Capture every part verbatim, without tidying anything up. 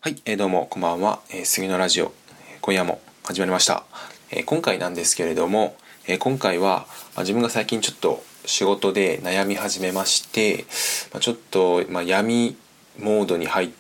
はい、えーどうもこんばんは、えー、杉のラジオ、えー今夜も始まりました。えー今回なんですけれども、えー今回は、まあ、自分が最近ちょっと仕事で悩み始めまして、まあ、ちょっと、まあ、闇モードに入って、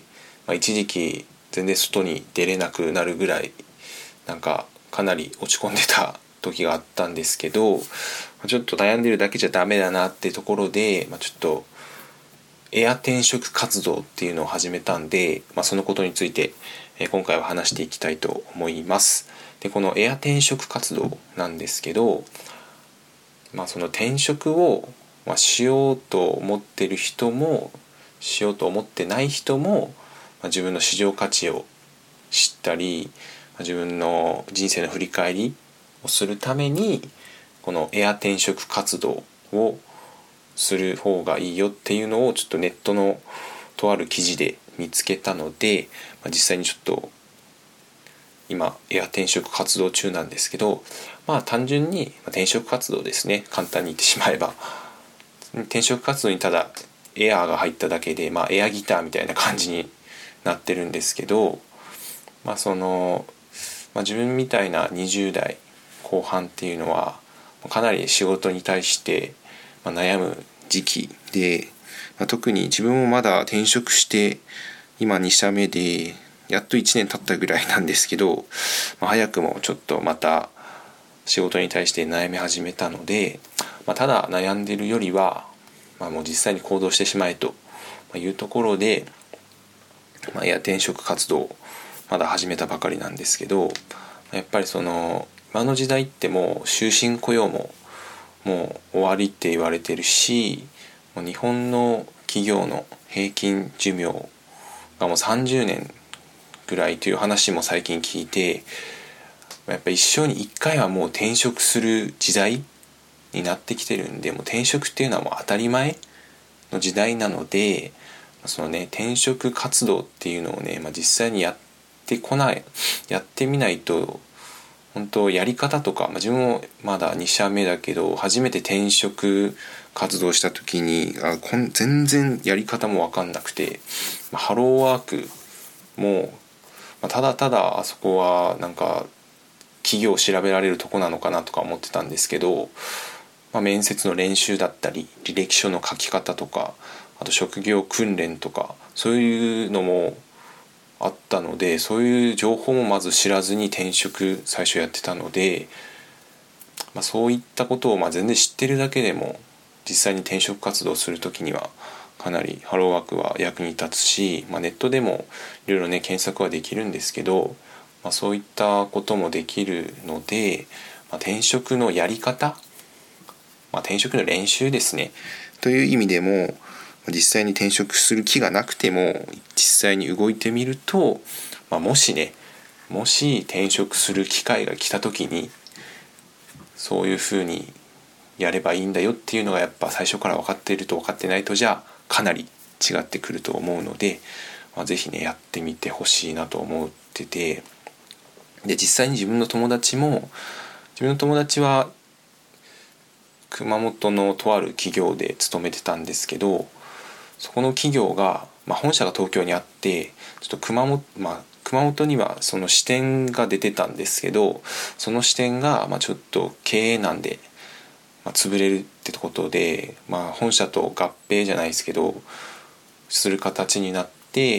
まあ、一時期全然外に出れなくなるぐらいなんかかなり落ち込んでた時があったんですけど、まあちょっと悩んでるだけじゃダメだなってところで、まあ、ちょっとエア転職活動っていうのを始めたんで、まあ、そのことについて、えー今回は話していきたいと思います。でこのエア転職活動なんですけど、まあ、その転職を、まあ、しようと思ってる人もしようと思ってない人も、まあ、自分の市場価値を知ったり、まあ自分の人生の振り返りをするためにこのエア転職活動をする方がいいよっていうのをちょっとネットのとある記事で見つけたので、まあ、実際にちょっと今エア転職活動中なんですけど、まあ単純に転職活動ですね、簡単に言ってしまえば。転職活動にただエアーが入っただけで、まあ、エアギターみたいな感じになってるんですけど、まあその、まあ、自分みたいなにじゅう代後半っていうのはかなり仕事に対して悩む時期で、まあ、特に自分もまだ転職して今に社目でやっといちねん経ったぐらいなんですけど、まあ、早くもちょっとまた仕事に対して悩み始めたので、まあ、ただ悩んでるよりは、まあ、もう実際に行動してしまえというところで、まあ、いや転職活動まだ始めたばかりなんですけど、やっぱりその今の時代ってもう終身雇用ももう終わりって言われてるし、もう日本の企業の平均寿命がもうさんじゅうねんぐらいという話も最近聞いて、やっぱ一生にいっかいはもう転職する時代になってきてるんで、もう転職っていうのはもう当たり前の時代なので、そのね転職活動っていうのをね、まあ、実際にやってこないやってみないと本当やり方とか、まあ、自分もまだに社目だけど初めて転職活動した時にあこん全然やり方も分かんなくて、まあ、ハローワークも、まあ、ただただあそこはなんか企業を調べられるとこなのかなとか思ってたんですけど、まあ、面接の練習だったり履歴書の書き方とか、あと職業訓練とかそういうのもあったので、そういう情報もまず知らずに転職最初やってたので、まあ、そういったことをまあ全然知ってるだけでも実際に転職活動する時にはかなりハローワークは役に立つし、まあ、ネットでもいろいろね検索はできるんですけど、まあ、そういったこともできるので、まあ、転職のやり方、まあ、転職の練習ですねという意味でも実際に転職する気がなくても実際に動いてみると、まあ、もしねもし転職する機会が来た時にそういうふうにやればいいんだよっていうのがやっぱ最初から分かっていると分かってないとじゃかなり違ってくると思うので、まあ、ぜひねやってみてほしいなと思ってて、で実際に自分の友達も自分の友達は熊本のとある企業で勤めてたんですけど、そこの企業が、まあ、本社が東京にあってちょっと熊本、まあ、熊本にはその支店が出てたんですけど、その支店がまあちょっと経営難で、まあ、潰れるってことで、まあ、本社と合併じゃないですけどする形になって、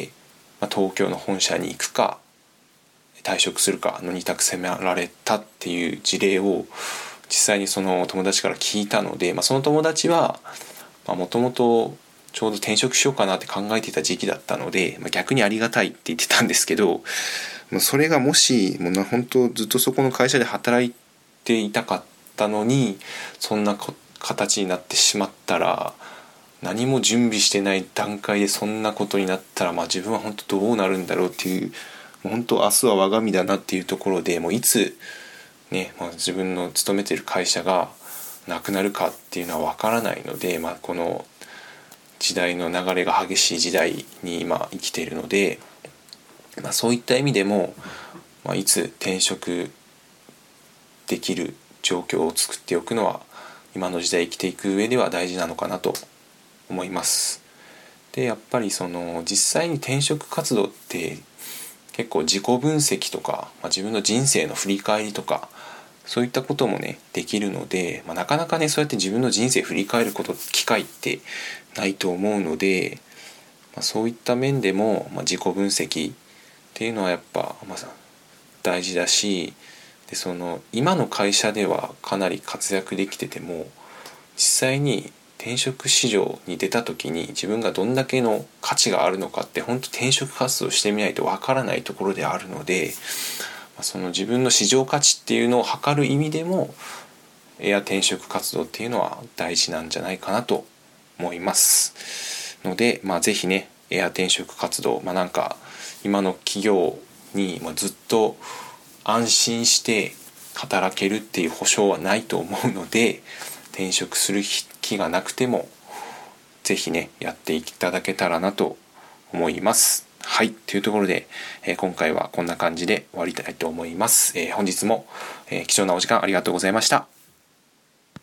まあ、東京の本社に行くか退職するかの二択迫られたっていう事例を実際にその友達から聞いたので、まあ、その友達はもともとちょうど転職しようかなって考えていた時期だったので、まあ、逆にありがたいって言ってたんですけど、それがもしもうな本当ずっとそこの会社で働いていたかったのにそんな形になってしまったら、何も準備してない段階でそんなことになったら、まあ、自分は本当どうなるんだろうっていう、本当明日は我が身だなっていうところで、もういつね、まあ、自分の勤めている会社がなくなるかっていうのは分からないので、まあ、この時代の流れが激しい時代に今生きているので、まあ、そういった意味でも、まあ、いつ転職できる状況を作っておくのは今の時代生きていく上では大事なのかなと思います。 でやっぱりその実際に転職活動って結構自己分析とか、まあ、自分の人生の振り返りとかそういったこともねできるので、まあ、なかなかねそうやって自分の人生振り返ること機会ってないと思うので、まあ、そういった面でも、まあ、自己分析っていうのはやっぱ、まあ、大事だし、でその今の会社ではかなり活躍できてても実際に転職市場に出た時に自分がどんだけの価値があるのかって本当転職活動してみないとわからないところであるので、その自分の市場価値っていうのを測る意味でもエア転職活動っていうのは大事なんじゃないかなと思いますので、まあ、ぜひねエア転職活動、まあ、なんか今の企業にずっと安心して働けるっていう保証はないと思うので、転職する気がなくてもぜひねやっていただけたらなと思います。はい、というところで、えー、今回はこんな感じで終わりたいと思います。えー、本日も、えー、貴重なお時間ありがとうございました。